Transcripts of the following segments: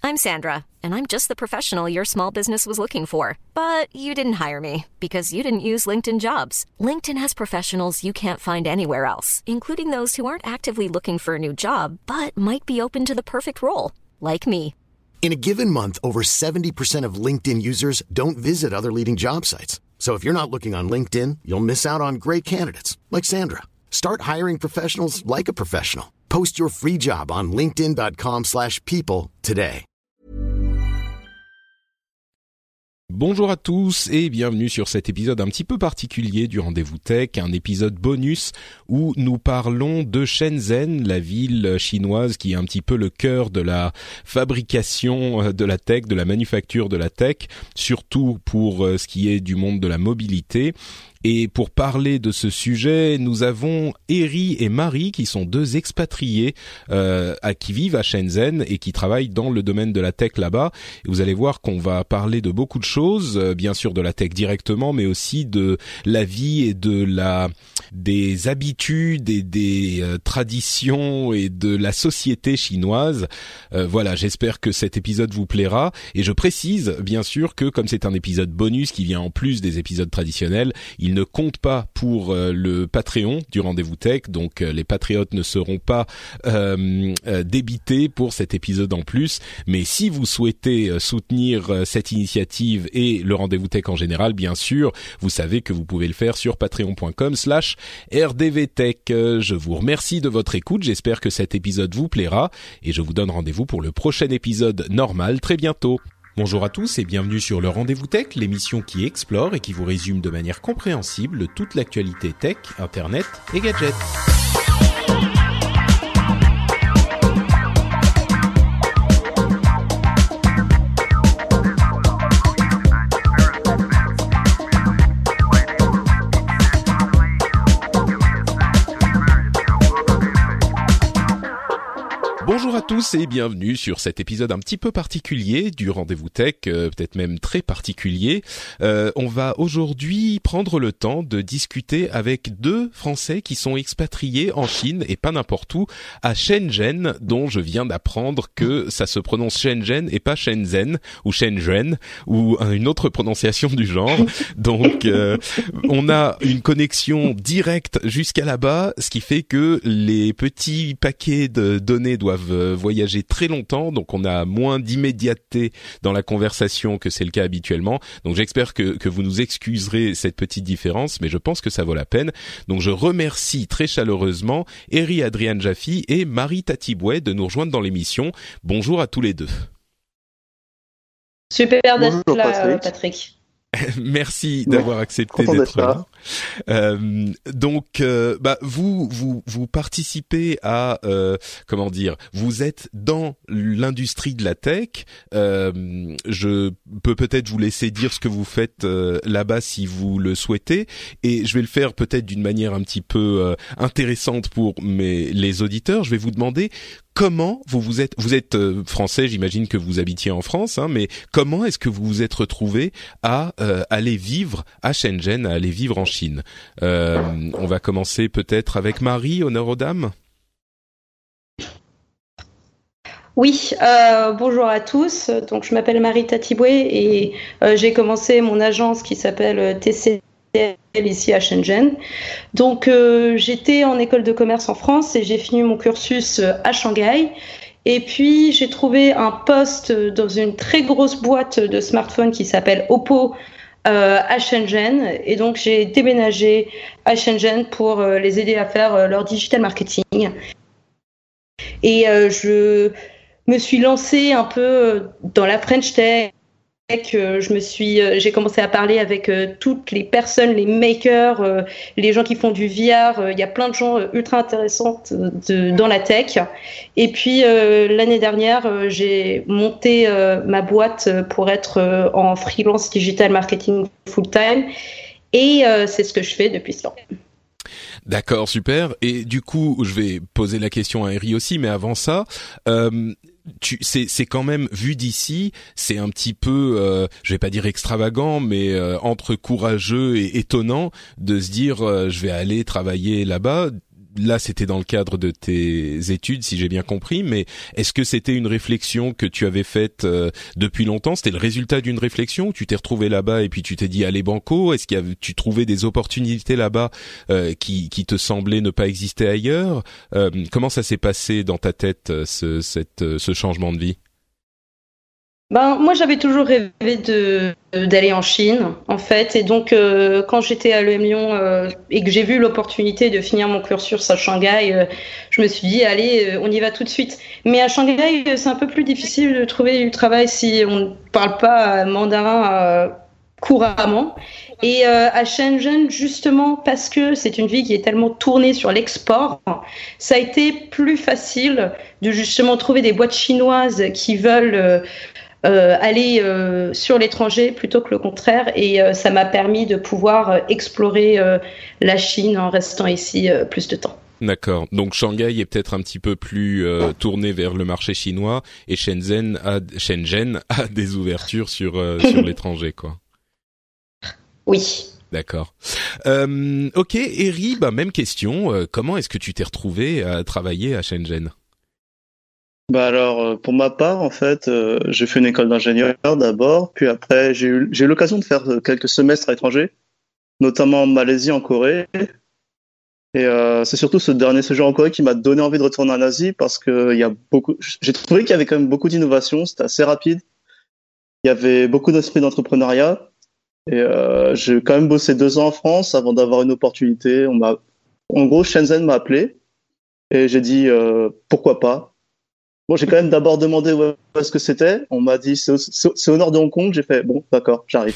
I'm Sandra, and I'm just the professional your small business was looking for. But you didn't hire me because you didn't use LinkedIn Jobs. LinkedIn has professionals you can't find anywhere else, including those who aren't actively looking for a new job, but might be open to the perfect role, like me. In a given month, over 70% of LinkedIn users don't visit other leading job sites. So if you're not looking on LinkedIn, you'll miss out on great candidates like Sandra. Start hiring professionals like a professional. Post your free job on linkedin.com/people today. Bonjour à tous et bienvenue sur cet épisode un petit peu particulier du Rendez-vous Tech, un épisode bonus où nous parlons de Shenzhen, la ville chinoise qui est un petit peu le cœur de la fabrication de la tech, de la manufacture de la tech, surtout pour ce qui est du monde de la mobilité. Et pour parler de ce sujet, nous avons Eri et Marie qui sont deux expatriés qui vivent à Shenzhen et qui travaillent dans le domaine de la tech là-bas. Et vous allez voir qu'on va parler de beaucoup de choses, bien sûr de la tech directement, mais aussi de la vie et des habitudes et des traditions et de la société chinoise. Voilà, j'espère que cet épisode vous plaira. Et je précise bien sûr que comme c'est un épisode bonus qui vient en plus des épisodes traditionnels, il ne compte pas pour le Patreon du Rendez-vous Tech, donc les patriotes ne seront pas débités pour cet épisode en plus. Mais si vous souhaitez soutenir cette initiative et le Rendez-vous Tech en général, bien sûr, vous savez que vous pouvez le faire sur patreon.com/rdvtech. Je vous remercie de votre écoute, j'espère que cet épisode vous plaira et je vous donne rendez-vous pour le prochain épisode normal très bientôt. Bonjour à tous et bienvenue sur le Rendez-vous Tech, l'émission qui explore et qui vous résume de manière compréhensible toute l'actualité tech, internet et gadgets. Bonjour à tous et bienvenue sur cet épisode un petit peu particulier du Rendez-vous Tech, peut-être même très particulier. On va aujourd'hui prendre le temps de discuter avec deux Français qui sont expatriés en Chine et pas n'importe où, à Shenzhen, dont je viens d'apprendre que ça se prononce Shenzhen et pas Shenzhen ou Shenzhen ou une autre prononciation du genre. Donc on a une connexion directe jusqu'à là-bas, ce qui fait que les petits paquets de données doivent voyager très longtemps, donc on a moins d'immédiateté dans la conversation que c'est le cas habituellement. Donc j'espère que vous nous excuserez cette petite différence, mais je pense que ça vaut la peine. Donc je remercie très chaleureusement Eri Adrian Jaffi et Marie Tatiboué de nous rejoindre dans l'émission. Bonjour à tous les deux. Super d'être là, Patrick. Merci d'avoir accepté d'être là. Donc, vous participez à vous êtes dans l'industrie de la tech. Je peux peut-être vous laisser dire ce que vous faites là-bas si vous le souhaitez, et je vais le faire peut-être d'une manière un petit peu intéressante pour les auditeurs. Je vais vous demander comment vous êtes français, j'imagine que vous habitiez en France, mais comment est-ce que vous vous êtes retrouvé à aller vivre à Shenzhen, à aller vivre en Chine? On va commencer peut-être avec Marie, honneur aux dames. Oui, bonjour à tous. Donc je m'appelle Marie Tatiboué et j'ai commencé mon agence qui s'appelle TCL ici à Shenzhen. Donc j'étais en école de commerce en France et j'ai fini mon cursus à Shanghai. Et puis j'ai trouvé un poste dans une très grosse boîte de smartphones qui s'appelle Oppo à Shenzhen. Et donc j'ai déménagé à Shenzhen pour les aider à faire leur digital marketing. Et je me suis lancée un peu dans la French Tech. J'ai commencé à parler avec toutes les personnes, les makers, les gens qui font du VR. Il y a plein de gens ultra intéressants dans la tech. Et puis l'année dernière, j'ai monté ma boîte pour être en freelance digital marketing full time. Et c'est ce que je fais depuis ce temps. D'accord, super. Et du coup, je vais poser la question à Eri aussi, mais avant ça, c'est quand même, vu d'ici, c'est un petit peu, je vais pas dire extravagant, mais entre courageux et étonnant de se dire, je vais aller travailler là-bas. là, c'était dans le cadre de tes études, si j'ai bien compris, mais est-ce que c'était une réflexion que tu avais faite depuis longtemps? C'était le résultat d'une réflexion, ou tu t'es retrouvé là-bas et puis tu t'es dit allez banco? Est-ce tu trouvais des opportunités là-bas qui te semblaient ne pas exister ailleurs? Comment ça s'est passé dans ta tête ce changement de vie? Moi, j'avais toujours rêvé d'aller en Chine, en fait, et donc quand j'étais à l'EM Lyon et que j'ai vu l'opportunité de finir mon cursus à Shanghai, je me suis dit allez, on y va tout de suite. Mais à Shanghai, c'est un peu plus difficile de trouver du travail si on ne parle pas mandarin couramment. Et à Shenzhen, justement, parce que c'est une ville qui est tellement tournée sur l'export, ça a été plus facile de justement trouver des boîtes chinoises qui veulent aller sur l'étranger plutôt que le contraire, et ça m'a permis de pouvoir explorer la Chine en restant ici plus de temps. D'accord. Donc Shanghai est peut-être un petit peu plus tourné vers le marché chinois, et Shenzhen a des ouvertures sur l'étranger, quoi. Oui. D'accord. Ok, Eri, même question. Comment est-ce que tu t'es retrouvé à travailler à Shenzhen? Alors, pour ma part, en fait, j'ai fait une école d'ingénieur d'abord, puis après, j'ai eu l'occasion de faire quelques semestres à l'étranger, notamment en Malaisie, en Corée. Et c'est surtout ce dernier séjour en Corée qui m'a donné envie de retourner en Asie, parce que j'ai trouvé qu'il y avait quand même beaucoup d'innovation, c'était assez rapide. Il y avait beaucoup d'esprit d'entrepreneuriat. Et j'ai quand même bossé 2 ans en France avant d'avoir une opportunité. En gros, Shenzhen m'a appelé et j'ai dit pourquoi pas. Bon, j'ai quand même d'abord demandé où est-ce que c'était. On m'a dit c'est au nord de Hong Kong. J'ai fait bon, d'accord, j'arrive.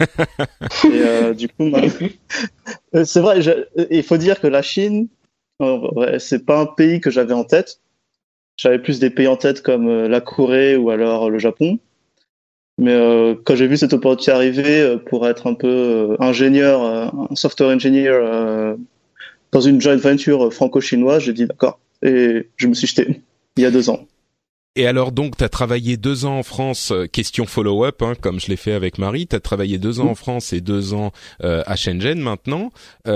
Et du coup, c'est vrai. Il faut dire que la Chine, c'est pas un pays que j'avais en tête. J'avais plus des pays en tête comme la Corée ou alors le Japon. Mais quand j'ai vu cette opportunité arriver pour être un peu ingénieur, un software engineer dans une joint venture franco-chinoise, j'ai dit d'accord. Et je me suis jeté il y a 2 ans. Et alors donc, tu as travaillé 2 ans en France, question follow-up, comme je l'ai fait avec Marie, tu as travaillé 2 ans en France et 2 ans à Shenzhen maintenant.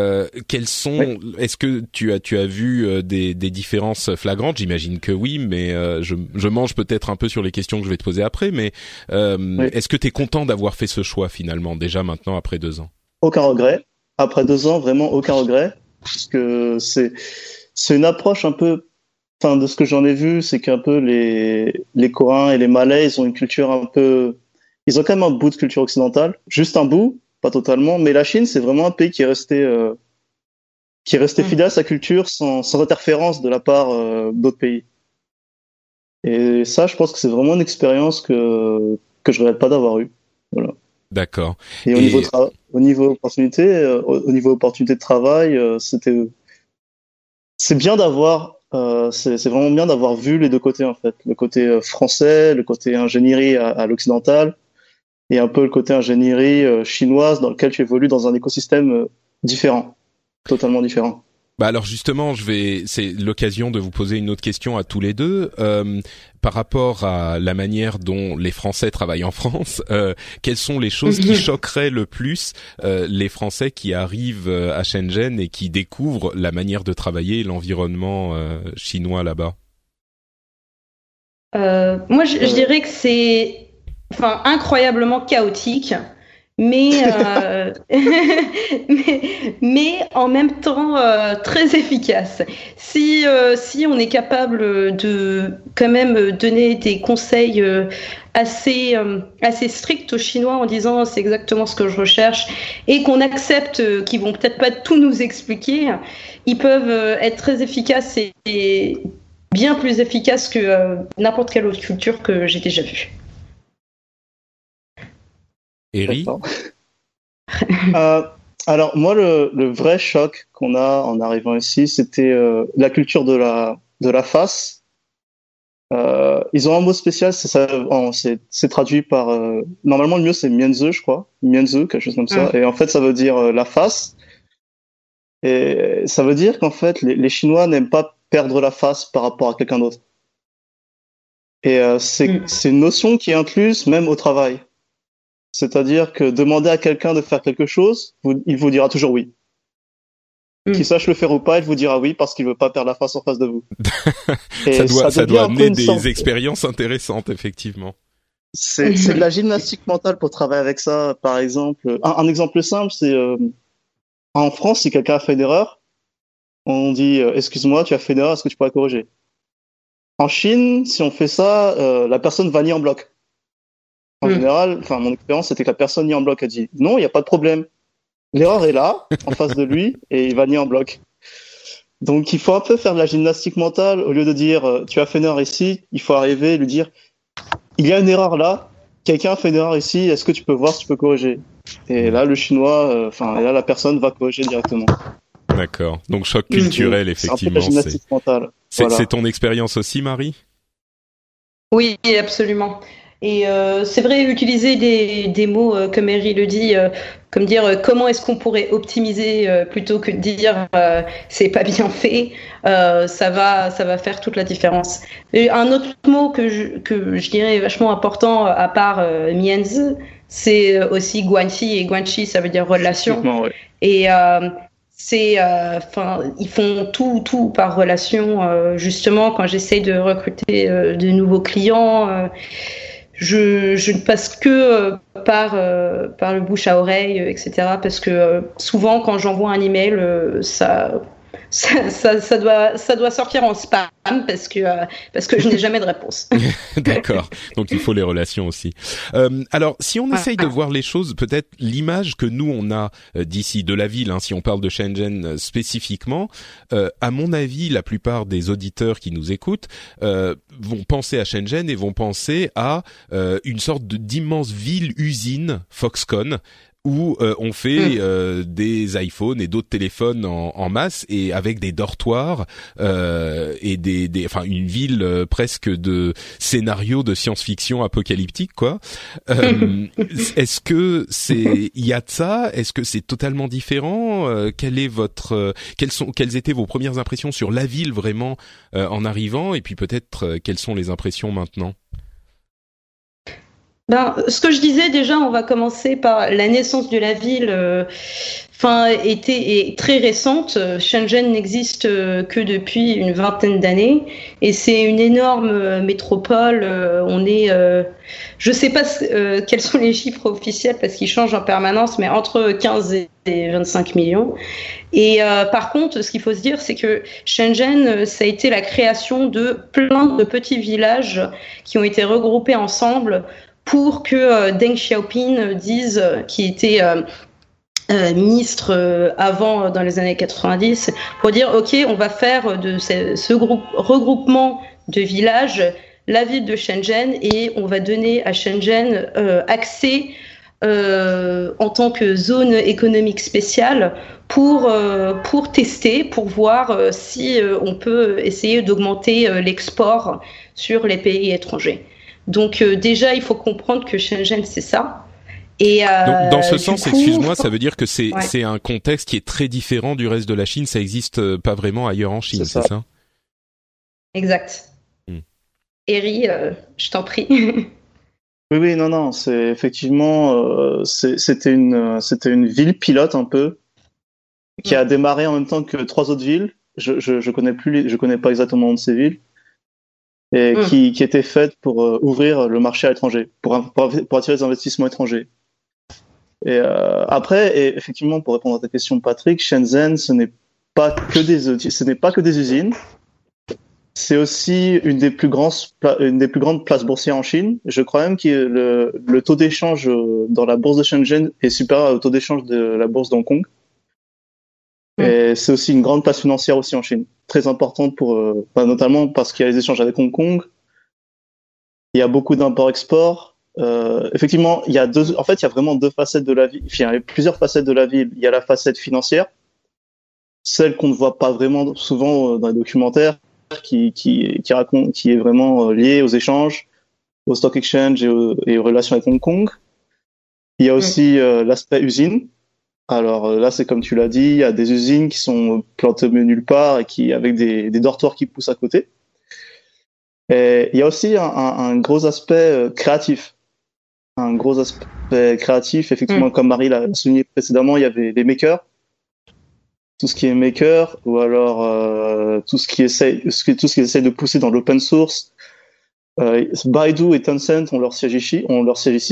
Est-ce que tu as vu des différences flagrantes? J'imagine que oui, mais je mange peut-être un peu sur les questions que je vais te poser après, mais est-ce que tu es content d'avoir fait ce choix finalement, déjà maintenant après 2 ans? Aucun regret. Après 2 ans, vraiment aucun regret, parce que c'est une approche un peu... Enfin, de ce que j'en ai vu, c'est qu'un peu les Coréens et les Malais, ils ont une culture un peu... Ils ont quand même un bout de culture occidentale. Juste un bout, pas totalement. Mais la Chine, c'est vraiment un pays qui est resté fidèle à sa culture sans interférence de la part d'autres pays. Et ça, je pense que c'est vraiment une expérience que je regrette pas d'avoir eue. Voilà. D'accord. Et au niveau opportunité de travail, c'est bien d'avoir... c'est vraiment bien d'avoir vu les deux côtés, en fait. Le côté français, le côté ingénierie à l'occidental, et un peu le côté ingénierie chinoise dans lequel tu évolues dans un écosystème différent, totalement différent. Alors justement, c'est l'occasion de vous poser une autre question à tous les deux. Par rapport à la manière dont les Français travaillent en France, quelles sont les choses qui choqueraient le plus les Français qui arrivent à Shenzhen et qui découvrent la manière de travailler et l'environnement chinois là-bas? Moi, je dirais que c'est incroyablement chaotique. Mais en même temps très efficace. Si on est capable de quand même donner des conseils assez stricts aux Chinois en disant c'est exactement ce que je recherche, et qu'on accepte qu'ils vont peut-être pas tout nous expliquer, ils peuvent être très efficaces et bien plus efficaces que n'importe quelle autre culture que j'ai déjà vue. Eri? Alors moi, le vrai choc qu'on a en arrivant ici, c'était la culture de la face. Ils ont un mot spécial, c'est traduit par normalement le mieux c'est mianzi, je crois, mianzi, quelque chose comme ça. Et en fait ça veut dire la face. Et ça veut dire qu'en fait les Chinois n'aiment pas perdre la face par rapport à quelqu'un d'autre. Et c'est une notion qui est incluse même au travail. C'est-à-dire que demander à quelqu'un de faire quelque chose, il vous dira toujours oui. qu'il sache le faire ou pas, il vous dira oui parce qu'il veut pas perdre la face en face de vous. Et ça doit amener des expériences intéressantes, effectivement. C'est de la gymnastique mentale pour travailler avec ça. Par exemple, un exemple simple, c'est en France, si quelqu'un a fait une erreur, on dit excuse-moi, tu as fait une erreur, est-ce que tu pourrais corriger? En Chine, si on fait ça, la personne va nier en bloc. En général, mon expérience, c'était que la personne nie en bloc. Elle dit non, il n'y a pas de problème. L'erreur est là, en face de lui, et il va nier en bloc. Donc, il faut un peu faire de la gymnastique mentale. Au lieu de dire tu as fait une erreur ici, il faut arriver et lui dire il y a une erreur là, quelqu'un a fait une erreur ici, est-ce que tu peux voir si tu peux corriger? Et là, le chinois, là, la personne va corriger directement. D'accord. Donc, choc culturel, effectivement. C'est un peu de la gymnastique mentale. C'est ton expérience aussi, Marie? Oui, absolument. Et c'est vrai, utiliser des mots, comme Eri le dit, comme dire comment est-ce qu'on pourrait optimiser plutôt que de dire c'est pas bien fait, ça va faire toute la différence. Et un autre mot que je dirais vachement important à part mianzi, c'est aussi guanxi, et guanxi ça veut dire relation. Ouais. Et ils font tout par relation. Justement, quand j'essaye de recruter de nouveaux clients, je ne passe que par le bouche à oreille, etc. Parce que souvent, quand j'envoie un email, ça doit sortir en spam parce que je n'ai jamais de réponse. D'accord. Donc il faut les relations aussi. Alors si on essaye de voir les choses, peut-être l'image que nous on a d'ici de la ville, si on parle de Shenzhen spécifiquement, à mon avis, la plupart des auditeurs qui nous écoutent vont penser à Shenzhen et vont penser à une sorte d'immense ville-usine Foxconn, où on fait des iPhones et d'autres téléphones en masse et avec des dortoirs et une ville presque de scénario de science-fiction apocalyptique, quoi. Est-ce que il y a de ça? Est-ce que c'est totalement différent? Quelles étaient vos premières impressions sur la ville vraiment en arrivant, et puis peut-être quelles sont les impressions maintenant? Ce que je disais déjà, on va commencer par la naissance de la ville. Est très récente. Shenzhen n'existe que depuis une vingtaine d'années, et c'est une énorme métropole. Je sais pas quels sont les chiffres officiels parce qu'ils changent en permanence, mais entre 15 et 25 millions. Et par contre, ce qu'il faut se dire, c'est que Shenzhen, ça a été la création de plein de petits villages qui ont été regroupés ensemble pour que Deng Xiaoping dise, qui était ministre avant, dans les années 90, pour dire ok, on va faire de ce regroupement de villages la ville de Shenzhen, et on va donner à Shenzhen accès en tant que zone économique spéciale pour tester, pour voir si on peut essayer d'augmenter l'export sur les pays étrangers. Donc déjà, il faut comprendre que Shenzhen, c'est ça. Et donc, dans ce sens, excuse-moi, ça veut dire que c'est un contexte qui est très différent du reste de la Chine. Ça existe pas vraiment ailleurs en Chine, c'est ça? Exact. Eri, je t'en prie. Oui, non, c'est effectivement, c'était une ville pilote un peu qui a démarré en même temps que 3 autres villes. Je connais pas exactement le nom de ces villes. Et qui était faite pour ouvrir le marché à l'étranger, pour attirer des investissements étrangers. Et après, effectivement, pour répondre à ta question, Patrick, Shenzhen, ce n'est pas que des usines. C'est aussi une des plus grandes places boursières en Chine. Je crois même que le taux d'échange dans la bourse de Shenzhen est supérieur au taux d'échange de la bourse d'Hong Kong. Et c'est aussi une grande place financière aussi en Chine, très importante notamment parce qu'il y a les échanges avec Hong Kong. Il y a beaucoup d'import-export. Effectivement, il y a vraiment 2 facettes de la ville. Enfin, il y a plusieurs facettes de la ville. Il y a la facette financière, celle qu'on ne voit pas vraiment souvent dans les documentaires, qui est vraiment liée aux échanges, au stock exchange et aux relations avec Hong Kong. Il y a aussi l'aspect usine. Alors là, c'est comme tu l'as dit, il y a des usines qui sont plantées nulle part et avec des dortoirs qui poussent à côté. Et il y a aussi un gros aspect créatif. Effectivement, comme Marie l'a souligné précédemment, il y avait les makers tout ce qui est maker, ou alors tout ce qui essaye de pousser dans l'open source. Baidu et Tencent ont leur siège ici, ont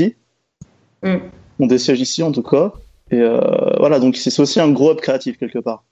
des sièges ici en tout cas. Et voilà, donc c'est aussi un gros hub créatif quelque part.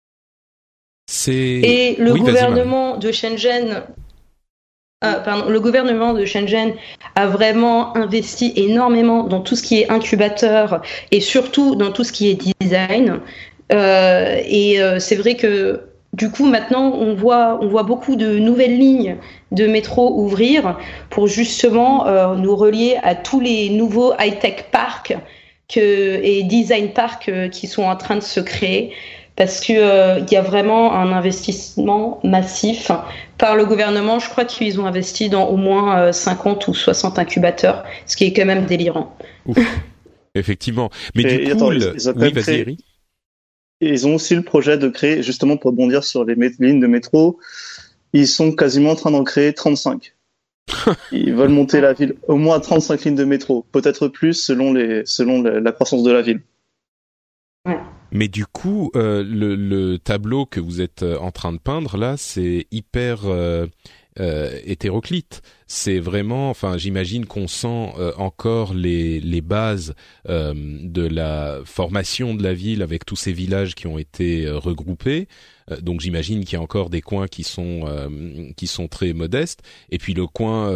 Et le gouvernement de Shenzhen. Le gouvernement de Shenzhen a vraiment investi énormément dans tout ce qui est incubateur et surtout dans tout ce qui est design. C'est vrai que du coup maintenant on voit beaucoup de nouvelles lignes de métro ouvrir pour justement nous relier à tous les nouveaux high-tech parks et design parks qui sont en train de se créer. Parce qu'il y a vraiment un investissement massif par le gouvernement. Je crois qu'ils ont investi dans au moins 50 ou 60 incubateurs, ce qui est quand même délirant. Ouf. Effectivement. Mais du coup, vas-y, Eric. Ils ont aussi le projet de créer, justement pour rebondir sur les lignes de métro, ils sont quasiment en train d'en créer 35. Ils veulent monter la ville au moins à 35 lignes de métro, peut-être plus selon la croissance de la ville. Ouais. Mais du coup, le tableau que vous êtes en train de peindre là, c'est hyper hétéroclite. C'est vraiment, enfin, j'imagine qu'on sent encore les bases de la formation de la ville avec tous ces villages qui ont été regroupés. Donc j'imagine qu'il y a encore des coins qui sont très modestes, et puis le coin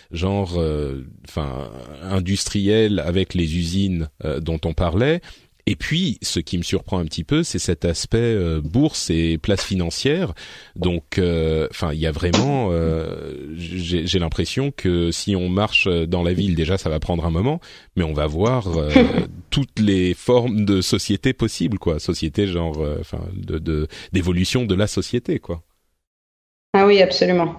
industriel avec les usines dont on parlait. Et puis, ce qui me surprend un petit peu, c'est cet aspect bourse et place financière. Donc, il y a vraiment, j'ai l'impression que si on marche dans la ville, déjà, ça va prendre un moment, mais on va voir toutes les formes de société possibles, quoi. Société, d'évolution de la société, quoi. Ah oui, absolument.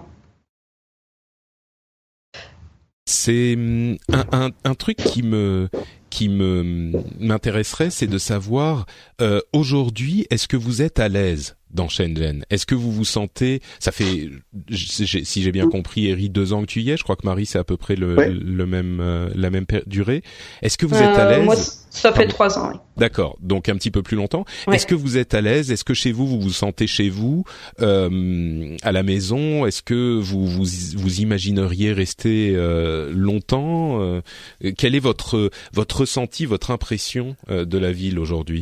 C'est un truc qui m'intéresserait, c'est de savoir aujourd'hui, est-ce que vous êtes à l'aise dans Shenzhen? Est-ce que vous vous sentez, ça fait, si j'ai bien compris, Eri, 2 ans que tu y es, je crois que Marie, c'est à peu près la même durée. Est-ce que vous êtes à l'aise? Moi, ça fait 3 ans, oui. D'accord, donc un petit peu plus longtemps. Ouais. Est-ce que vous êtes à l'aise? Est-ce que chez vous, vous vous sentez chez vous, à la maison? Est-ce que vous imagineriez rester longtemps? Quel est votre ressenti, votre impression de la ville aujourd'hui?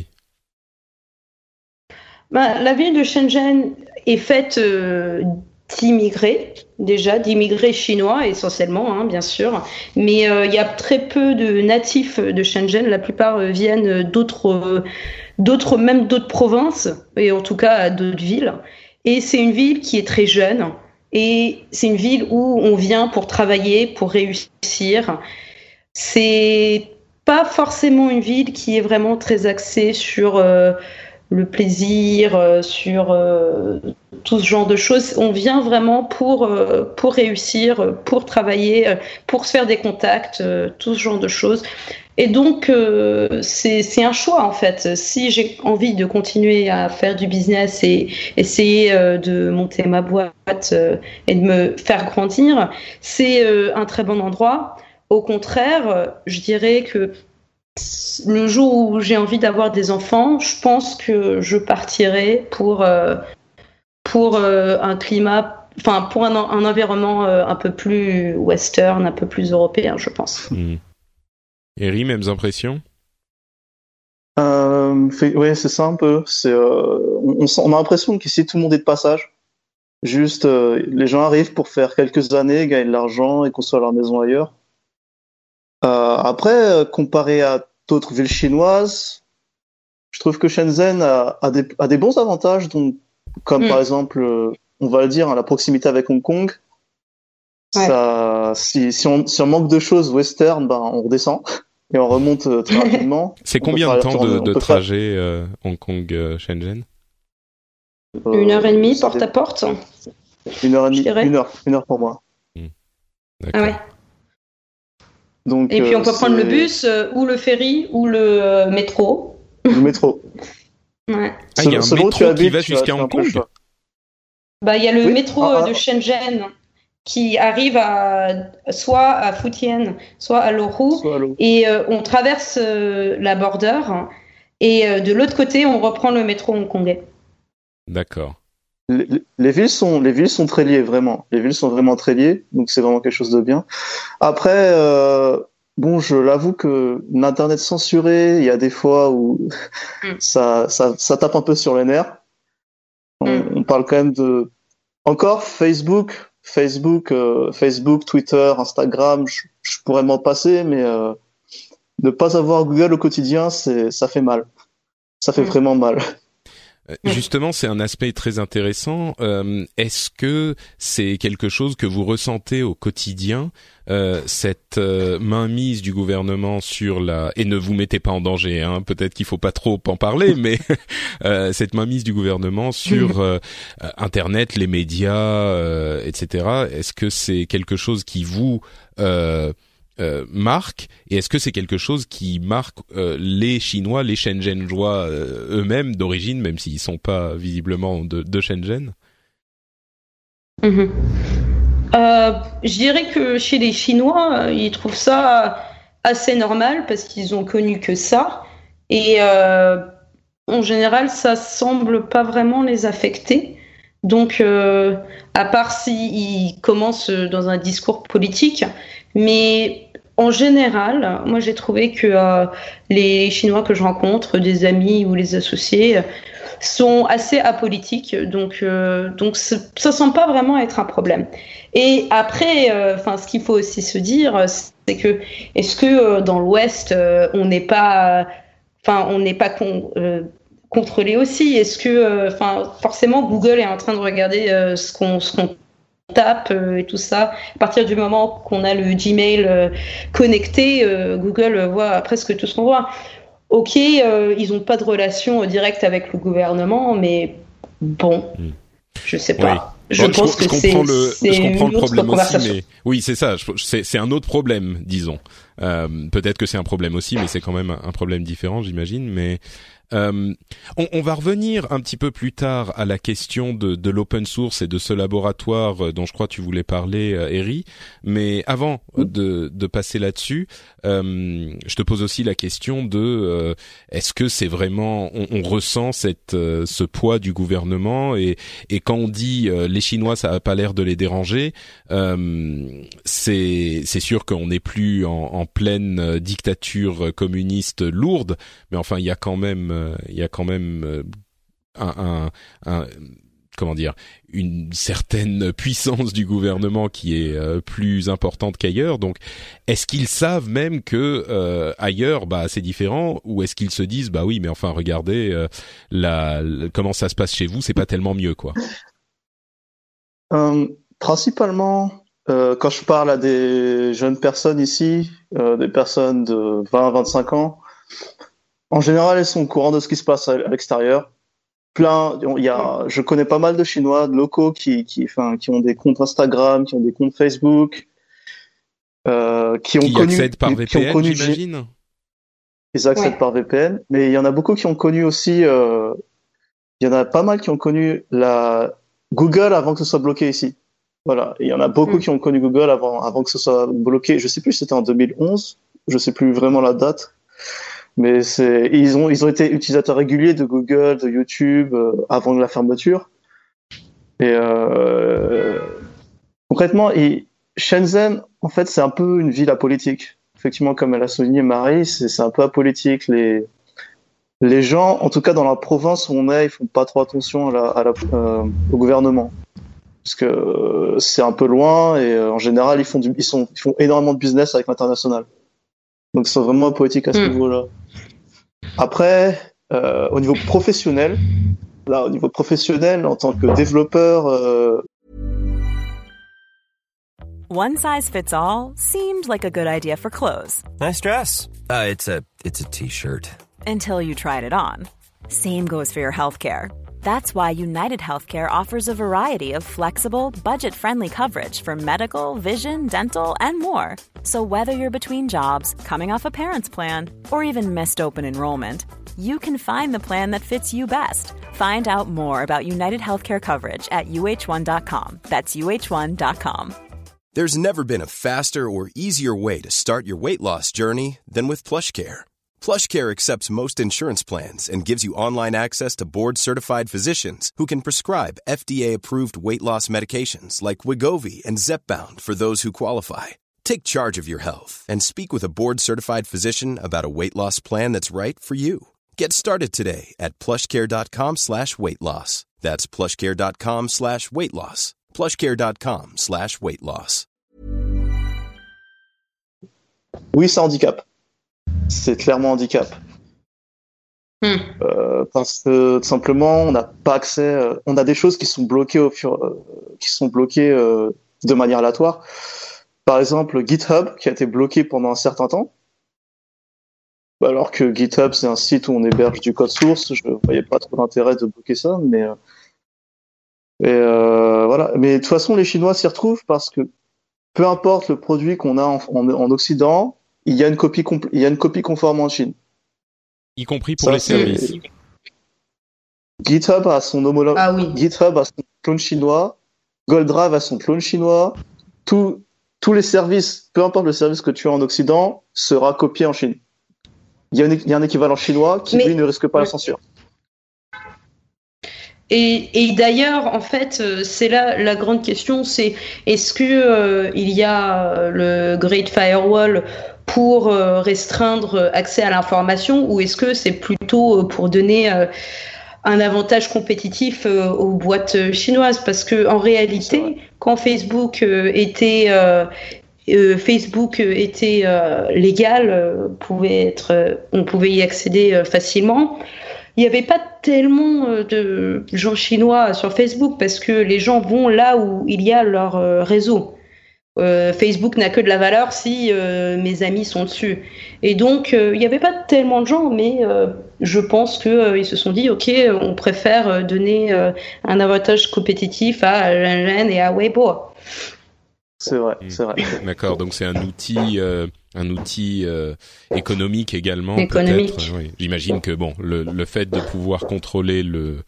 La ville de Shenzhen est faite d'immigrés chinois essentiellement, bien sûr, mais il y a très peu de natifs de Shenzhen. La plupart viennent d'autres provinces, et en tout cas d'autres villes. Et c'est une ville qui est très jeune, et c'est une ville où on vient pour travailler, pour réussir. C'est pas forcément une ville qui est vraiment très axée sur le plaisir, sur tout ce genre de choses. On vient vraiment pour réussir, pour travailler, pour se faire des contacts, tout ce genre de choses. Et donc, c'est un choix, en fait. Si j'ai envie de continuer à faire du business et essayer de monter ma boîte et de me faire grandir, c'est un très bon endroit. Au contraire, je dirais que le jour où j'ai envie d'avoir des enfants, je pense que je partirai pour un climat, pour un environnement un peu plus western, un peu plus européen, je pense. Eri, mêmes impressions? Oui, c'est ça un peu. On a l'impression qu'ici tout le monde est de passage. Juste, les gens arrivent pour faire quelques années, gagnent de l'argent et construire leur maison ailleurs. Après, comparé à d'autres villes chinoises, je trouve que Shenzhen a des bons avantages, comme par exemple, on va le dire, la proximité avec Hong Kong. Ouais. Ça, si on manque de choses western, on redescend et on remonte très rapidement. C'est combien de temps de trajet Hong Kong-Shenzhen? 1h30 porte à porte. 1h30, 1 heure pour moi. D'accord. Ah ouais. Donc, et puis on peut prendre le bus ou le ferry ou le métro. Le métro. Ouais. Ah, il y a un métro qui va jusqu'à Hong Kong? Il y a le métro de Shenzhen qui arrive soit à Futian, soit à Lorhu. Et on traverse la border et de l'autre côté, on reprend le métro hongkongais. D'accord. Les villes sont très liées, vraiment. Les villes sont vraiment très liées, donc c'est vraiment quelque chose de bien. Après, bon, je l'avoue que l'internet censuré, il y a des fois où ça tape un peu sur les nerfs. On parle quand même de encore Facebook, Twitter, Instagram. Je pourrais m'en passer, mais ne pas avoir Google au quotidien, ça fait mal. Ça fait vraiment mal. Justement, c'est un aspect très intéressant. Est-ce que c'est quelque chose que vous ressentez au quotidien, cette mainmise du gouvernement sur et ne vous mettez pas en danger, hein, peut-être qu'il faut pas trop en parler, mais cette mainmise du gouvernement sur Internet, les médias, etc. Est-ce que c'est quelque chose qui vous marque, et est-ce que c'est quelque chose qui marque les Chinois, les Shenzhennois eux-mêmes d'origine, même s'ils sont pas visiblement de Shenzhen? Je dirais que chez les Chinois, ils trouvent ça assez normal parce qu'ils ont connu que ça, et en général, ça semble pas vraiment les affecter. Donc, à part s'ils commencent dans un discours politique, mais en général, moi j'ai trouvé que les Chinois que je rencontre, des amis ou les associés, sont assez apolitiques, donc ça semble pas vraiment être un problème. Et après, ce qu'il faut aussi se dire, c'est que est-ce que dans l'Ouest, on n'est pas contrôlé aussi? Est-ce que, forcément, Google est en train de regarder ce qu'on tape et tout ça. À partir du moment qu'on a le Gmail connecté, Google voit presque tout ce qu'on voit. Ok, ils n'ont pas de relation directe avec le gouvernement, mais bon, je sais pas. Oui. Je pense que c'est une autre conversation. Mais oui, c'est ça. C'est un autre problème, disons. Peut-être que c'est un problème aussi, mais c'est quand même un problème différent, j'imagine. Mais on va revenir un petit peu plus tard à la question de l'open source et de ce laboratoire dont je crois tu voulais parler, Eri. Mais avant de passer là-dessus, je te pose aussi la question de est-ce que c'est vraiment on ressent ce poids du gouvernement, et quand on dit les Chinois, ça a pas l'air de les déranger, c'est sûr qu'on n'est plus en pleine dictature communiste lourde, mais enfin il y a quand même comment dire, une certaine puissance du gouvernement qui est plus importante qu'ailleurs. Donc, est-ce qu'ils savent même que ailleurs, c'est différent, ou est-ce qu'ils se disent, oui, mais enfin, regardez, comment ça se passe chez vous, c'est pas tellement mieux, quoi. Principalement, quand je parle à des jeunes personnes ici, des personnes de 20 à 25 ans, en général, elles sont au courant de ce qui se passe à l'extérieur. Je connais pas mal de Chinois, de locaux qui ont des comptes Instagram, qui ont des comptes Facebook, qui accèdent par VPN, j'imagine. Ils accèdent par VPN, mais il y en a beaucoup qui ont connu aussi. Il y en a pas mal qui ont connu la Google avant que ce soit bloqué ici. Voilà, il y en a beaucoup qui ont connu Google avant que ce soit bloqué. Je sais plus si c'était en 2011, je sais plus vraiment la date. Mais ils ont été utilisateurs réguliers de Google, de YouTube avant la fermeture. Et concrètement, Shenzhen, en fait, c'est un peu une ville apolitique. Effectivement, comme elle a souligné Marie, c'est un peu apolitique. Les gens, en tout cas dans la province où on est, ils font pas trop attention au gouvernement, parce que c'est un peu loin, et en général, ils font énormément de business avec l'international. Donc, ils sont vraiment apolitiques à ce niveau-là. Après, au niveau professionnel, en tant que développeur, One size fits all seemed like a good idea for clothes. Nice dress. It's a t-shirt. Until you tried it on. Same goes for your healthcare. That's why United Healthcare offers a variety of flexible, budget-friendly coverage for medical, vision, dental, and more. So whether you're between jobs, coming off a parent's plan, or even missed open enrollment, you can find the plan that fits you best. Find out more about United Healthcare coverage at uh1.com. That's uh1.com. There's never been a faster or easier way to start your weight loss journey than with PlushCare. PlushCare accepts most insurance plans and gives you online access to board-certified physicians who can prescribe FDA-approved weight loss medications like Wegovy and Zepbound for those who qualify. Take charge of your health and speak with a board-certified physician about a weight loss plan that's right for you. Get started today at plushcare.com/weightloss. That's plushcare.com/weightloss. plushcare.com/weightloss. Oui, c'est un handicap. C'est clairement un handicap. Parce que tout simplement, on n'a pas accès. On a des choses qui sont bloquées de manière aléatoire. Par exemple, GitHub qui a été bloqué pendant un certain temps. Alors que GitHub, c'est un site où on héberge du code source. Je voyais pas trop d'intérêt de bloquer ça, mais voilà. Mais de toute façon, les Chinois s'y retrouvent parce que peu importe le produit qu'on a en Occident, il y a une copie conforme en Chine. Y compris pour les services. GitHub a son homologue. Ah oui. GitHub a son clone chinois. GoldDrive a son clone chinois. Tous les services, peu importe le service que tu as en Occident, sera copié en Chine. Il y a un équivalent chinois qui, lui, ne risque pas la censure. Et d'ailleurs, en fait, c'est là la grande question, c'est est-ce que il y a le Great Firewall pour restreindre accès à l'information, ou est-ce que c'est plutôt pour donner un avantage compétitif aux boîtes chinoises? Parce que en réalité, quand Facebook était légal, on pouvait y accéder facilement. Il n'y avait pas tellement de gens chinois sur Facebook parce que les gens vont là où il y a leur réseau. Facebook n'a que de la valeur si mes amis sont dessus. Et donc, il n'y avait pas tellement de gens, mais je pense qu'ils se sont dit, OK, on préfère donner un avantage compétitif à Renren et à Weibo. C'est vrai. D'accord, donc c'est un outil économique également. Économique. Peut-être. Oui. J'imagine que le fait de pouvoir contrôler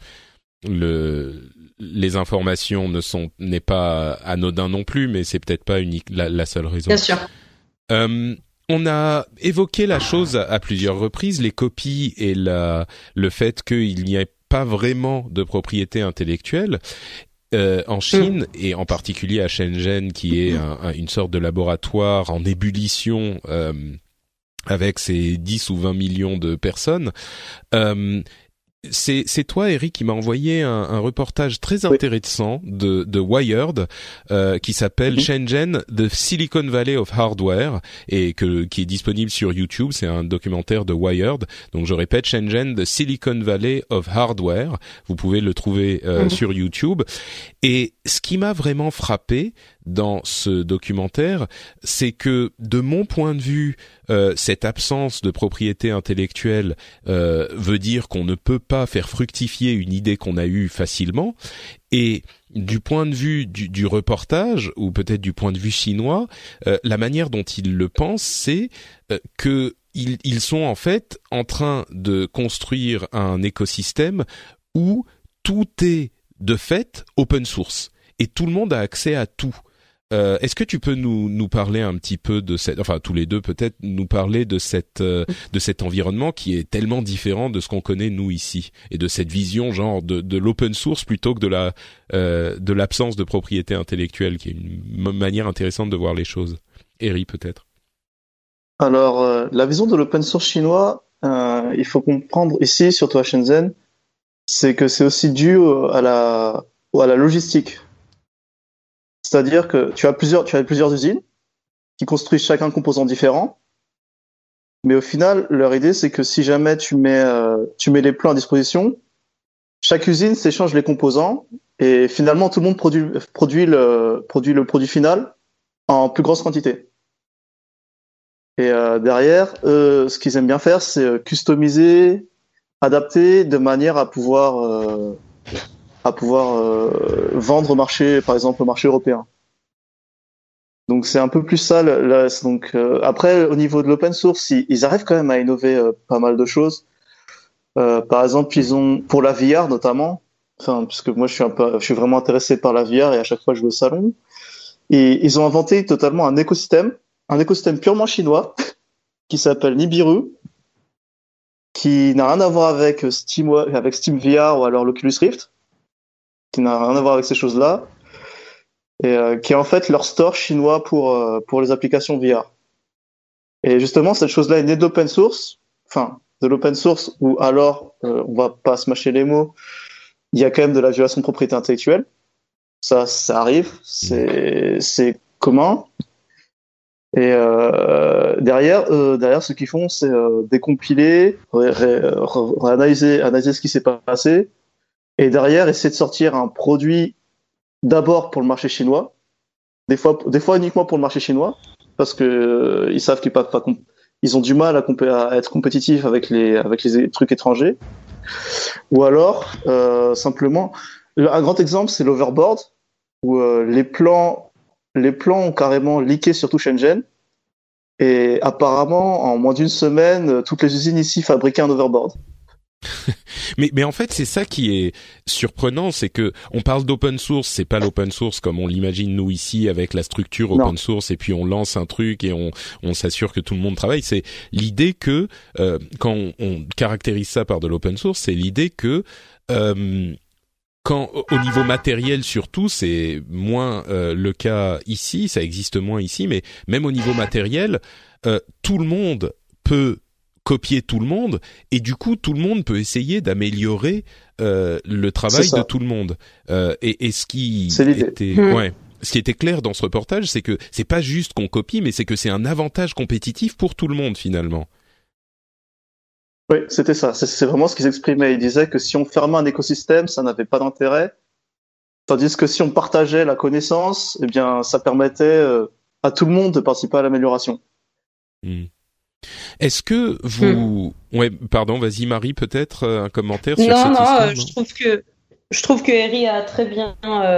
les informations n'est pas anodin non plus, mais c'est peut-être pas la seule raison. Bien sûr. On a évoqué la chose à plusieurs reprises, les copies et le fait qu'il n'y ait pas vraiment de propriété intellectuelle. En Chine et en particulier à Shenzhen, qui est une sorte de laboratoire en ébullition avec ses 10 ou 20 millions de personnes. C'est toi, Eric, qui m'a envoyé un reportage très intéressant de Wired qui s'appelle Shenzhen, The Silicon Valley of Hardware, et qui est disponible sur YouTube. C'est un documentaire de Wired. Donc je répète, Shenzhen, The Silicon Valley of Hardware. Vous pouvez le trouver sur YouTube. Et ce qui m'a vraiment frappé dans ce documentaire, c'est que de mon point de vue, cette absence de propriété intellectuelle veut dire qu'on ne peut pas faire fructifier une idée qu'on a eue facilement. Et du point de vue du reportage, ou peut-être du point de vue chinois, la manière dont ils le pensent, c'est que ils sont en fait en train de construire un écosystème où tout est de fait open source et tout le monde a accès à tout. Est-ce que tu peux nous parler un petit peu de tous les deux peut-être, nous parler de cet environnement qui est tellement différent de ce qu'on connaît nous ici, et de cette vision genre de l'open source plutôt que de l'absence de propriété intellectuelle, qui est une manière intéressante de voir les choses. Eri, peut-être. Alors, la vision de l'open source chinois, il faut comprendre ici, surtout à Shenzhen, c'est que c'est aussi dû à la logistique. C'est-à-dire que tu as plusieurs usines qui construisent chacun un composant différent, mais au final, leur idée, c'est que si jamais tu mets les plans à disposition, chaque usine s'échange les composants et finalement tout le monde produit le produit final en plus grosse quantité. Et derrière, ce qu'ils aiment bien faire, c'est customiser, adapter de manière à pouvoir vendre au marché, par exemple au marché européen. Donc c'est un peu plus ça. Donc après, au niveau de l'open source, ils arrivent quand même à innover pas mal de choses. Par exemple, ils ont pour la VR notamment, puisque moi je suis vraiment intéressé par la VR et à chaque fois je vais au salon. Et ils ont inventé totalement un écosystème purement chinois qui s'appelle Nibiru, qui n'a rien à voir avec Steam VR ou alors l'Oculus Rift, qui n'a rien à voir avec ces choses-là, et qui est en fait leur store chinois pour les applications VR. Et justement, cette chose-là est née d'open source, enfin de l'open source où alors, on va pas se mâcher les mots, il y a quand même de la violation de propriété intellectuelle. Ça arrive, c'est commun. Et derrière, ce qu'ils font, c'est décompiler, analyser ce qui s'est passé, et derrière essayer de sortir un produit d'abord pour le marché chinois, des fois uniquement pour le marché chinois, parce que ils savent qu'ils peuvent pas, ils ont du mal à être compétitifs avec les trucs étrangers, ou alors simplement, un grand exemple, c'est l'Overboard, où les plans ont carrément leaké sur tout Shenzhen. Et apparemment, en moins d'une semaine, toutes les usines ici fabriquaient un overboard. mais en fait, c'est ça qui est surprenant, c'est que on parle d'open source, c'est pas l'open source comme on l'imagine nous ici avec la structure open source et puis on lance un truc et on s'assure que tout le monde travaille. C'est l'idée que quand on caractérise ça par de l'open source, c'est l'idée que quand au niveau matériel surtout, c'est moins le cas ici, ça existe moins ici, mais même au niveau matériel, tout le monde peut copier tout le monde et du coup tout le monde peut essayer d'améliorer le travail de tout le monde. Et ce qui était clair dans ce reportage, c'est que c'est pas juste qu'on copie, mais c'est que c'est un avantage compétitif pour tout le monde finalement. Oui, c'était ça. C'est vraiment ce qu'ils exprimaient. Ils disaient que si on fermait un écosystème, ça n'avait pas d'intérêt. Tandis que si on partageait la connaissance, eh bien, ça permettait à tout le monde de participer à l'amélioration. Est-ce que vous... Ouais, pardon, vas-y Marie, peut-être un commentaire sur cette histoire. Je trouve que Eri a très bien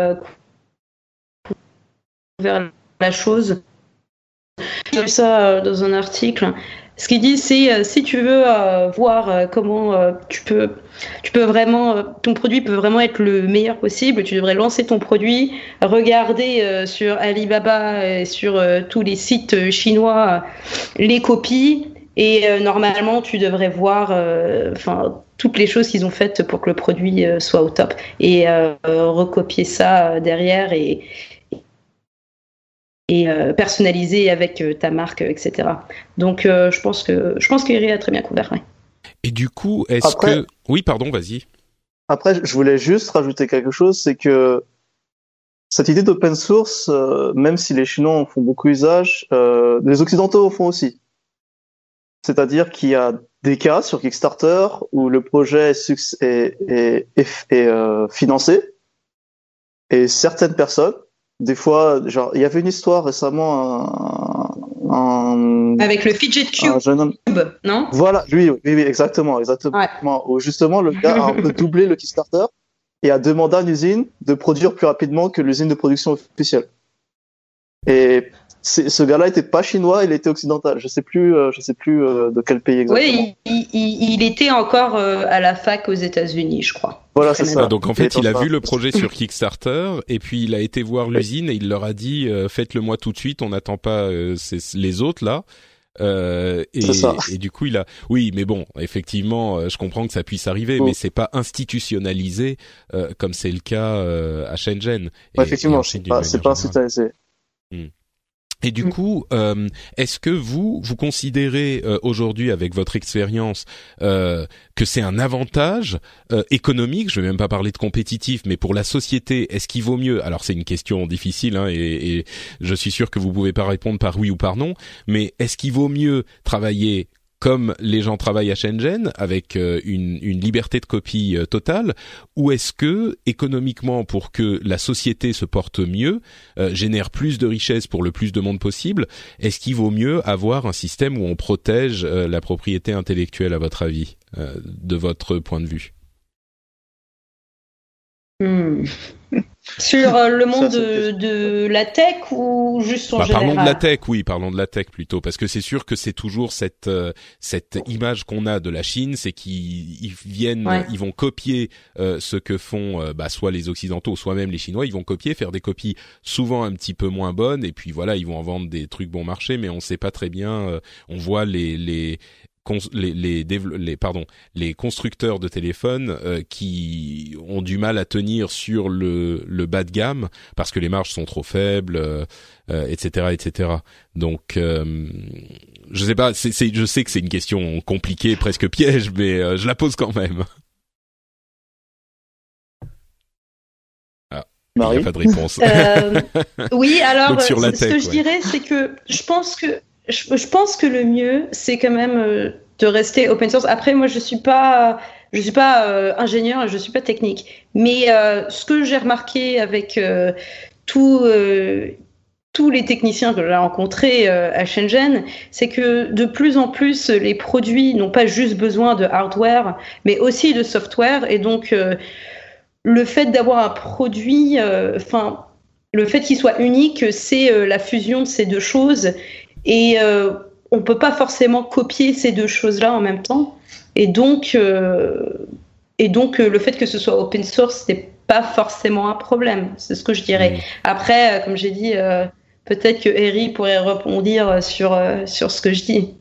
couvert la chose. J'ai lu ça dans un article. Ce qu'il dit, c'est si tu veux voir comment tu peux vraiment, ton produit peut vraiment être le meilleur possible, tu devrais lancer ton produit, regarder sur Alibaba et sur tous les sites chinois les copies et normalement tu devrais voir toutes les choses qu'ils ont faites pour que le produit soit au top et recopier ça derrière et personnalisé avec ta marque, etc. Donc, je pense que Eri a très bien couvert. Ouais. Et du coup, oui, pardon, vas-y. Après, je voulais juste rajouter quelque chose, c'est que cette idée d'open source, même si les Chinois en font beaucoup usage, les Occidentaux en font aussi. C'est-à-dire qu'il y a des cas sur Kickstarter où le projet est financé et certaines personnes, des fois, genre, il y avait une histoire récemment, avec le Fidget Cube, non? Voilà, oui, exactement. Ouais. Où justement, le gars a un peu doublé le Kickstarter et a demandé à une usine de produire plus rapidement que l'usine de production officielle. Et ce gars-là était pas chinois, il était occidental. Je sais plus de quel pays exactement. Oui, il était encore à la fac aux États-Unis, je crois. Voilà, c'est ça. Donc en fait, il a vu le projet sur Kickstarter et puis il a été voir l'usine et il leur a dit faites-le moi tout de suite, on n'attend pas les autres là. Et du coup, oui, mais bon, effectivement, je comprends que ça puisse arriver, mais c'est pas institutionnalisé comme c'est le cas à Shenzhen. Ouais, effectivement, c'est pas institutionnalisé. Et du coup, est-ce que vous considérez aujourd'hui, avec votre expérience, que c'est un avantage économique, je vais même pas parler de compétitif, mais pour la société, est-ce qu'il vaut mieux? Alors c'est une question difficile, hein, et je suis sûr que vous pouvez pas répondre par oui ou par non, mais est-ce qu'il vaut mieux travailler comme les gens travaillent à Shenzhen, avec une liberté de copie totale, ou est-ce que, économiquement, pour que la société se porte mieux, génère plus de richesses pour le plus de monde possible, est-ce qu'il vaut mieux avoir un système où on protège la propriété intellectuelle, à votre avis, de votre point de vue? Sur le monde de la tech ou juste en général? Parlons de la tech, oui, parlons de la tech plutôt, parce que c'est sûr que c'est toujours cette image qu'on a de la Chine, c'est qu'ils viennent, ils vont copier ce que font soit les Occidentaux, soit même les Chinois, ils vont faire des copies souvent un petit peu moins bonnes, et puis voilà, ils vont en vendre des trucs bon marché, mais on sait pas très bien, on voit les constructeurs de téléphones qui ont du mal à tenir sur le bas de gamme parce que les marges sont trop faibles, etc. Donc je sais pas, je sais que c'est une question compliquée, presque piège, mais je la pose quand même. Il n'y a pas de réponse. Oui, alors donc, sur la tech, ce que je dirais, c'est que je pense que le mieux, c'est quand même de rester open source. Après, moi, je suis pas ingénieur, je suis pas technique. Mais ce que j'ai remarqué avec tous les techniciens que j'ai rencontrés à Shenzhen, c'est que de plus en plus, les produits n'ont pas juste besoin de hardware, mais aussi de software. Et donc le fait d'avoir un produit, le fait qu'il soit unique, c'est la fusion de ces deux choses. Et on peut pas forcément copier ces deux choses-là en même temps. Et donc, le fait que ce soit open source, c'est pas forcément un problème. C'est ce que je dirais. Après, comme j'ai dit, peut-être que Harry pourrait rebondir sur ce que je dis.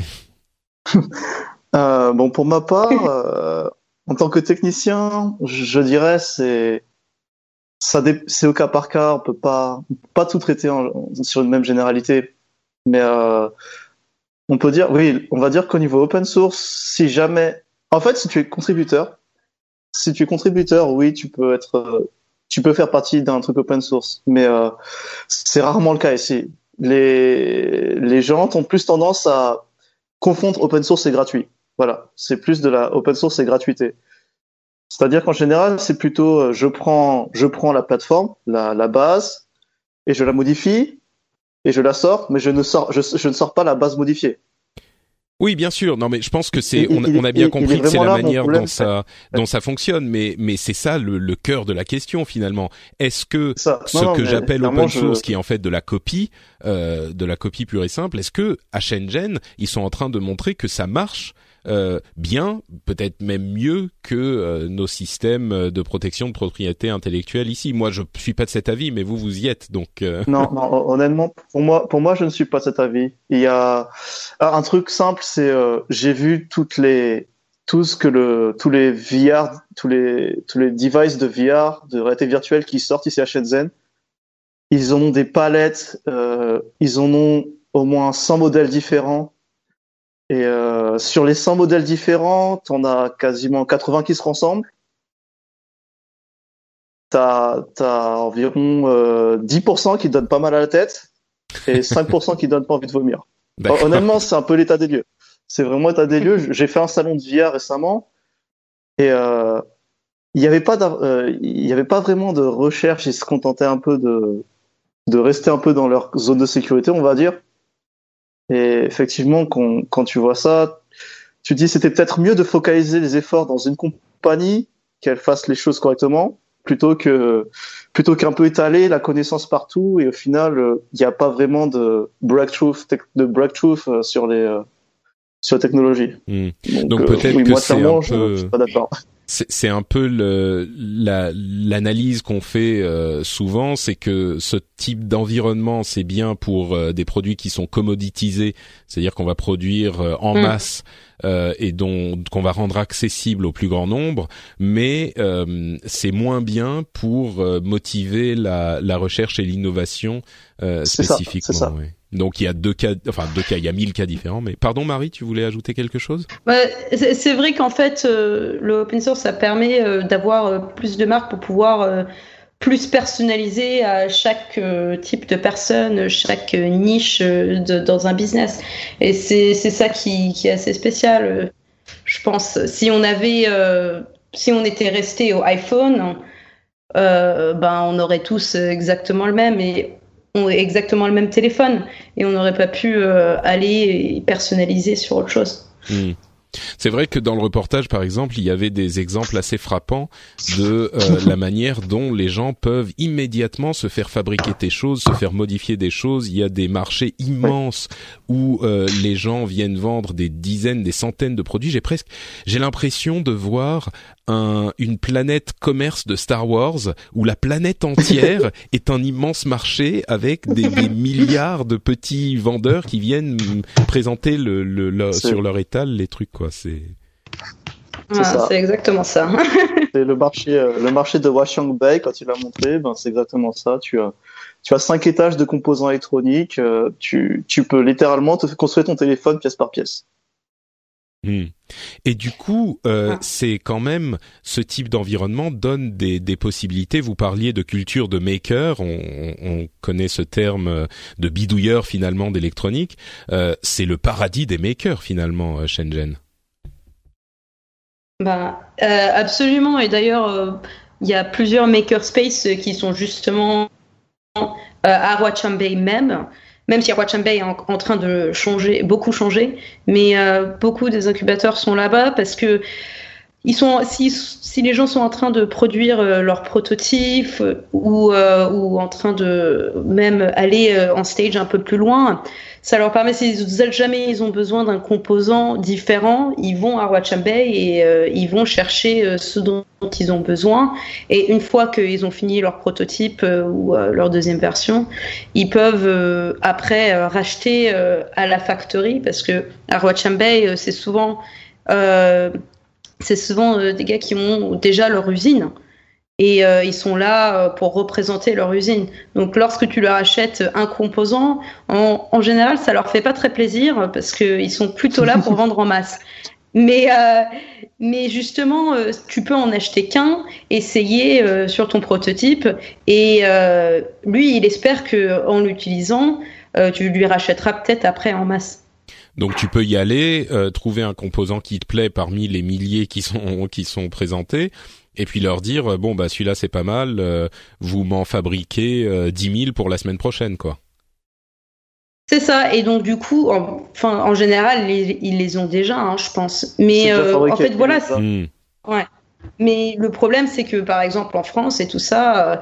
Bon, pour ma part, en tant que technicien, je dirais c'est au cas par cas. On peut pas tout traiter sur une même généralité, mais on peut dire, oui, on va dire qu'au niveau open source, si jamais, en fait, si tu es contributeur, oui, tu peux faire partie d'un truc open source, mais c'est rarement le cas ici. Les gens ont plus tendance à confondre open source et gratuit. Voilà, c'est plus de la open source et gratuité. C'est-à-dire qu'en général, c'est plutôt je prends la plateforme, la base, et je la modifie et je la sors, mais je ne sors pas la base modifiée. Oui, bien sûr. Non, mais je pense que on a bien compris que c'est la manière dont ça fonctionne, mais c'est ça le cœur de la question finalement. Est-ce que que j'appelle open source, qui est en fait de la copie pure et simple, est-ce que à Shenzhen ils sont en train de montrer que ça marche bien, peut-être même mieux que nos systèmes de protection de propriété intellectuelle ici? Moi, je suis pas de cet avis, mais vous y êtes, donc. Non, honnêtement, pour moi, je ne suis pas de cet avis. Il y a un truc simple, c'est j'ai vu tous les VR, tous les devices de VR, de réalité virtuelle qui sortent ici à Shenzhen. Ils en ont des palettes, ils en ont au moins 100 modèles différents. Et sur les 100 modèles différents, t'en as quasiment 80 qui se ressemblent. T'as environ 10% qui donnent pas mal à la tête et 5% qui donnent pas envie de vomir. Honnêtement, c'est un peu l'état des lieux. C'est vraiment l'état des lieux. J'ai fait un salon de VR récemment et il y avait pas vraiment de recherche. Ils se contentaient un peu de rester un peu dans leur zone de sécurité, on va dire. Et effectivement, quand tu vois ça, tu te dis c'était peut-être mieux de focaliser les efforts dans une compagnie, qu'elle fasse les choses correctement, plutôt qu'un peu étaler la connaissance partout, et au final, il n'y a pas vraiment de breakthrough sur les technologies. Donc peut-être oui, que moi, c'est un peu... je suis pas d'accord. C'est un peu l'analyse qu'on fait souvent, c'est que ce type d'environnement, c'est bien pour des produits qui sont commoditisés, c'est-à-dire qu'on va produire en masse et qu'on va rendre accessible au plus grand nombre, mais c'est moins bien pour motiver la recherche et l'innovation spécifiquement. C'est ça. Ouais. Donc il y a deux cas, il y a 1000 cas différents. Mais pardon Marie, tu voulais ajouter quelque chose? C'est vrai qu'en fait, le open source, ça permet d'avoir plus de marques pour pouvoir plus personnaliser à chaque type de personne, chaque niche dans un business. Et c'est ça qui est assez spécial. Je pense, si on était resté au iPhone, on aurait tous exactement le même et exactement le même téléphone et on n'aurait pas pu aller personnaliser sur autre chose. C'est vrai que dans le reportage, par exemple, il y avait des exemples assez frappants de la manière dont les gens peuvent immédiatement se faire fabriquer des choses, se faire modifier des choses. Il y a des marchés immenses où les gens viennent vendre des dizaines, des centaines de produits. J'ai l'impression de voir une planète commerce de Star Wars où la planète entière est un immense marché avec des milliards de petits vendeurs qui viennent présenter sur leur étal les trucs, quoi. C'est exactement ça. C'est le marché de Washang Bay, quand il a montré, c'est exactement ça. Tu as 5 étages de composants électroniques, tu peux littéralement te construire ton téléphone pièce par pièce. Et du coup, c'est quand même ce type d'environnement donne des possibilités. Vous parliez de culture de maker, on connaît ce terme de bidouilleur finalement d'électronique. C'est le paradis des makers finalement, Shenzhen. Absolument. Et d'ailleurs, il y a plusieurs makerspaces qui sont justement à Huaqiang Bay même si Huaqiang Bay est en train de beaucoup changer, mais beaucoup des incubateurs sont là-bas parce que si les gens sont en train de produire leurs prototypes ou en train de même aller en stage un peu plus loin, ça leur permet, si jamais ils ont besoin d'un composant différent, ils vont à Huaqiang Bay et ils vont chercher ce dont ils ont besoin. Et une fois qu'ils ont fini leur prototype ou leur deuxième version, ils peuvent après racheter à la factory, parce que à Huaqiang Bay, c'est souvent des gars qui ont déjà leur usine. Et ils sont là pour représenter leur usine. Donc lorsque tu leur achètes un composant, en général, ça leur fait pas très plaisir parce qu'ils sont plutôt là pour vendre en masse. Mais justement, tu peux en acheter qu'un, essayer sur ton prototype, et lui, il espère que en l'utilisant, tu lui rachèteras peut-être après en masse. Donc tu peux y aller, trouver un composant qui te plaît parmi les milliers qui sont présentés. Et puis leur dire, celui-là c'est pas mal, vous m'en fabriquez 10 000 pour la semaine prochaine, quoi. C'est ça, et donc du coup, en général, ils les ont déjà, je pense. Mais en fait, voilà. Ouais. Mais le problème, c'est que par exemple en France et tout ça,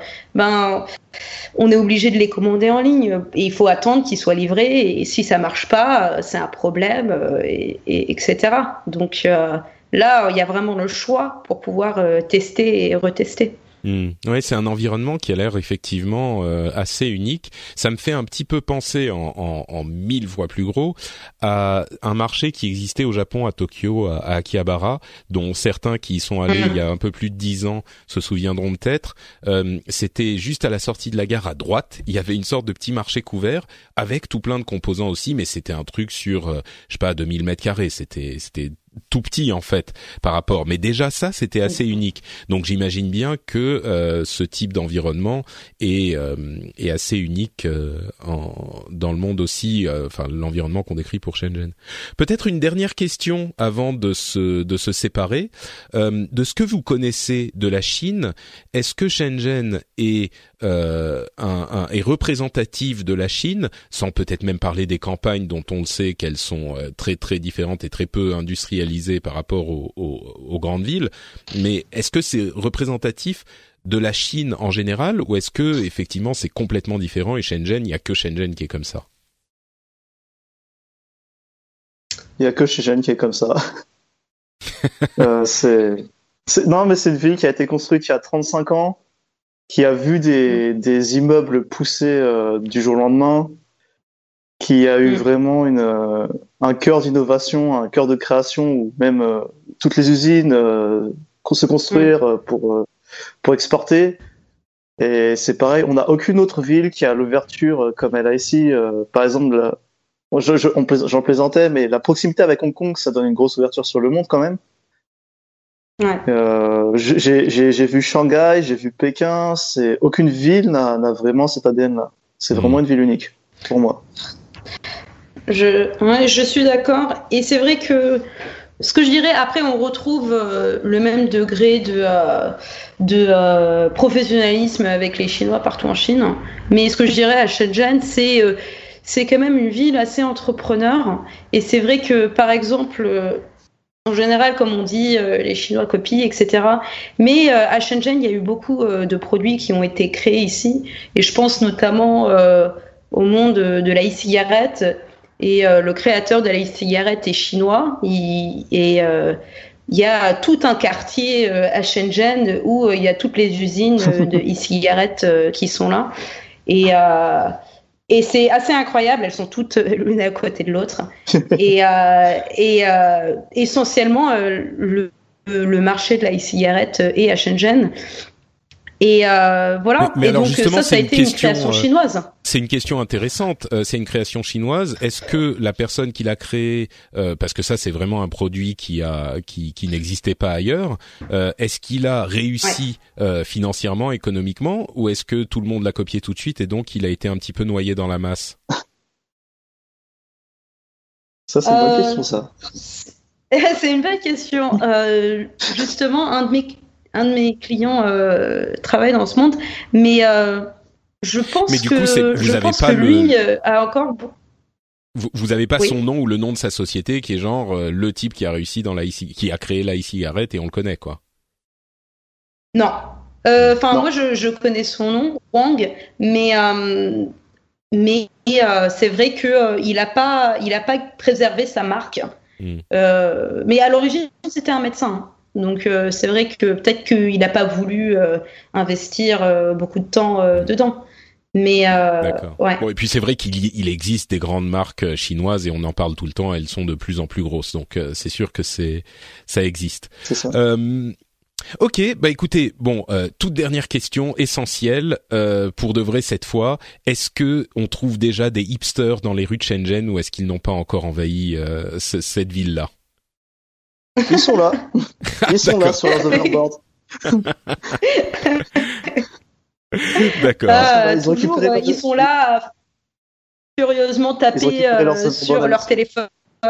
on est obligé de les commander en ligne. Et il faut attendre qu'ils soient livrés. Et si ça marche pas, c'est un problème, etc. Donc là, il y a vraiment le choix pour pouvoir tester et retester. Ouais, c'est un environnement qui a l'air effectivement assez unique. Ça me fait un petit peu penser en 1000 fois plus gros à un marché qui existait au Japon, à Tokyo, à Akihabara, dont certains qui y sont allés il y a un peu plus de 10 ans se souviendront peut-être. C'était juste à la sortie de la gare à droite, il y avait une sorte de petit marché couvert avec tout plein de composants aussi, mais c'était un truc sur 2000 mètres carrés. C'était tout petit en fait par rapport, mais déjà ça c'était assez unique. Donc j'imagine bien que ce type d'environnement est assez unique dans le monde aussi, l'environnement qu'on décrit pour Shenzhen. Peut-être une dernière question avant de se séparer. De ce que vous connaissez de la Chine, est-ce que Shenzhen est représentative de la Chine, sans peut-être même parler des campagnes dont on le sait qu'elles sont très très différentes et très peu industrialisées par rapport aux grandes villes, mais est-ce que c'est représentatif de la Chine en général, ou est-ce que effectivement c'est complètement différent et Shenzhen, il y a que Shenzhen qui est comme ça? Il y a que Shenzhen qui est comme ça. Non, mais c'est une ville qui a été construite il y a 35 ans, qui a vu des immeubles pousser du jour au lendemain, qui a eu vraiment un cœur d'innovation, un cœur de création, où même toutes les usines se construire pour exporter. Et c'est pareil, on n'a aucune autre ville qui a l'ouverture comme elle a ici. Par exemple, j'en plaisantais, mais la proximité avec Hong Kong, ça donne une grosse ouverture sur le monde quand même. Ouais. J'ai vu Shanghai, j'ai vu Pékin. Aucune ville n'a vraiment cet ADN-là. C'est vraiment une ville unique pour moi. Je suis d'accord, et c'est vrai que ce que je dirais, après on retrouve le même degré de professionnalisme avec les Chinois partout en Chine, mais ce que je dirais à Shenzhen, c'est quand même une ville assez entrepreneur, et c'est vrai que par exemple en général, comme on dit, les Chinois copient, etc. Mais à Shenzhen, il y a eu beaucoup de produits qui ont été créés ici, et je pense notamment au monde de la e-cigarette. Et le créateur de la e-cigarette est chinois, et il y a tout un quartier à Shenzhen où il y a toutes les usines de e-cigarettes qui sont là. Et c'est assez incroyable, elles sont toutes l'une à côté de l'autre. Et essentiellement, le marché de la e-cigarette est à Shenzhen. Et voilà. Mais et alors donc justement, ça a été une création chinoise. C'est une question intéressante. C'est une création chinoise. Est-ce que la personne qui l'a créé, parce que ça c'est vraiment un produit qui n'existait pas ailleurs, est-ce qu'il a réussi financièrement, économiquement, ou est-ce que tout le monde l'a copié tout de suite et donc il a été un petit peu noyé dans la masse? Ça c'est une bonne question, ça. C'est une bonne question. Justement, un de mes clients travaille dans ce monde, mais je pense mais du coup, que lui a encore... Vous avez pas son nom ou le nom de sa société qui est genre le type qui a réussi qui a créé la e-cigarette et on le connaît, quoi. Non. Moi, je connais son nom, Wang, mais c'est vrai que il a pas préservé sa marque. Mais à l'origine, c'était un médecin. Donc c'est vrai que peut-être qu'il n'a pas voulu investir beaucoup de temps dedans. Mais d'accord. Ouais. Bon, et puis c'est vrai qu'il existe des grandes marques chinoises et on en parle tout le temps. Elles sont de plus en plus grosses, donc c'est sûr que ça existe. C'est ça. Ok, bah écoutez, bon, toute dernière question essentielle pour de vrai cette fois. Est-ce que on trouve déjà des hipsters dans les rues de Shenzhen ou est-ce qu'ils n'ont pas encore envahi cette ville-là? Ils sont là. Ils sont là sur leurs overboards. D'accord. Ils sont là curieusement taper sur leur téléphone.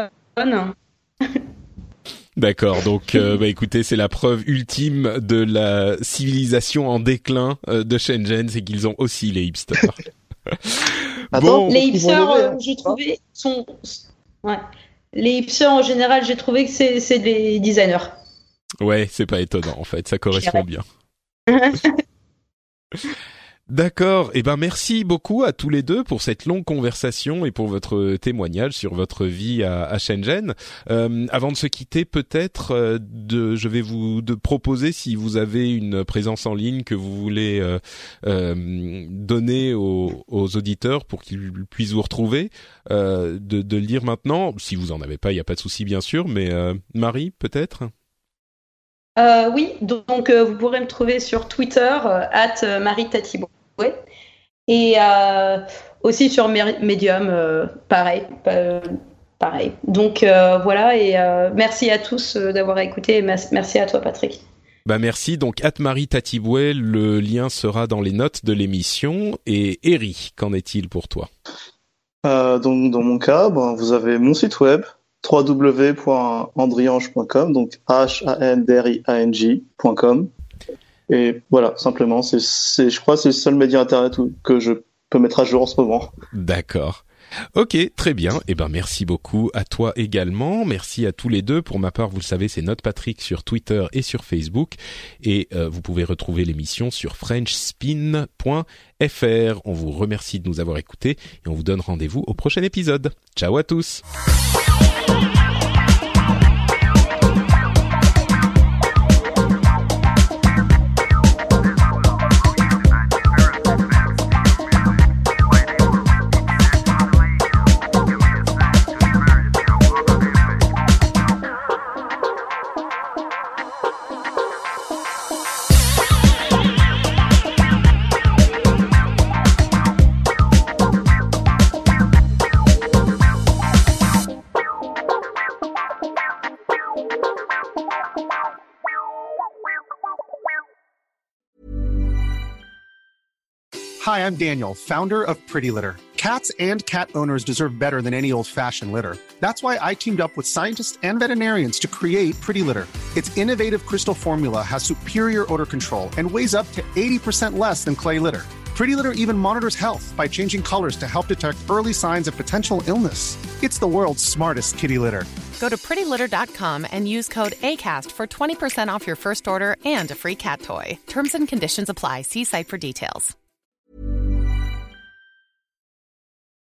D'accord, donc écoutez, c'est la preuve ultime de la civilisation en déclin de Shenzhen, c'est qu'ils ont aussi les hipsters. Bon, les hipsters, j'ai trouvé sont les hipsters en général, j'ai trouvé que c'est des designers. Ouais, c'est pas étonnant en fait, ça correspond bien. D'accord. Eh ben, merci beaucoup à tous les deux pour cette longue conversation et pour votre témoignage sur votre vie à Shenzhen. Avant de se quitter, peut-être, je vais vous proposer, si vous avez une présence en ligne que vous voulez donner aux auditeurs pour qu'ils puissent vous retrouver, de le dire maintenant. Si vous en avez pas, il y a pas de souci, bien sûr. Mais Marie, peut-être. Oui, donc vous pourrez me trouver sur Twitter @MarieTatiboué et aussi sur Medium, pareil. Donc voilà, et merci à tous d'avoir écouté et merci à toi Patrick. Bah merci, donc @MarieTatiboué, le lien sera dans les notes de l'émission. Et Eri, qu'en est-il pour toi? Donc dans mon cas, vous avez mon site web www.andriange.com, donc handriang.com. Et voilà, simplement, je crois que c'est le seul média internet que je peux mettre à jour en ce moment. D'accord. Ok, très bien. Eh ben, merci beaucoup à toi également. Merci à tous les deux. Pour ma part, vous le savez, c'est Note Patrick sur Twitter et sur Facebook. Et vous pouvez retrouver l'émission sur frenchspin.fr. On vous remercie de nous avoir écoutés et on vous donne rendez-vous au prochain épisode. Ciao à tous. Hi, I'm Daniel, founder of Pretty Litter. Cats and cat owners deserve better than any old-fashioned litter. That's why I teamed up with scientists and veterinarians to create Pretty Litter. Its innovative crystal formula has superior odor control and weighs up to 80% less than clay litter. Pretty Litter even monitors health by changing colors to help detect early signs of potential illness. It's the world's smartest kitty litter. Go to prettylitter.com and use code ACAST for 20% off your first order and a free cat toy. Terms and conditions apply. See site for details.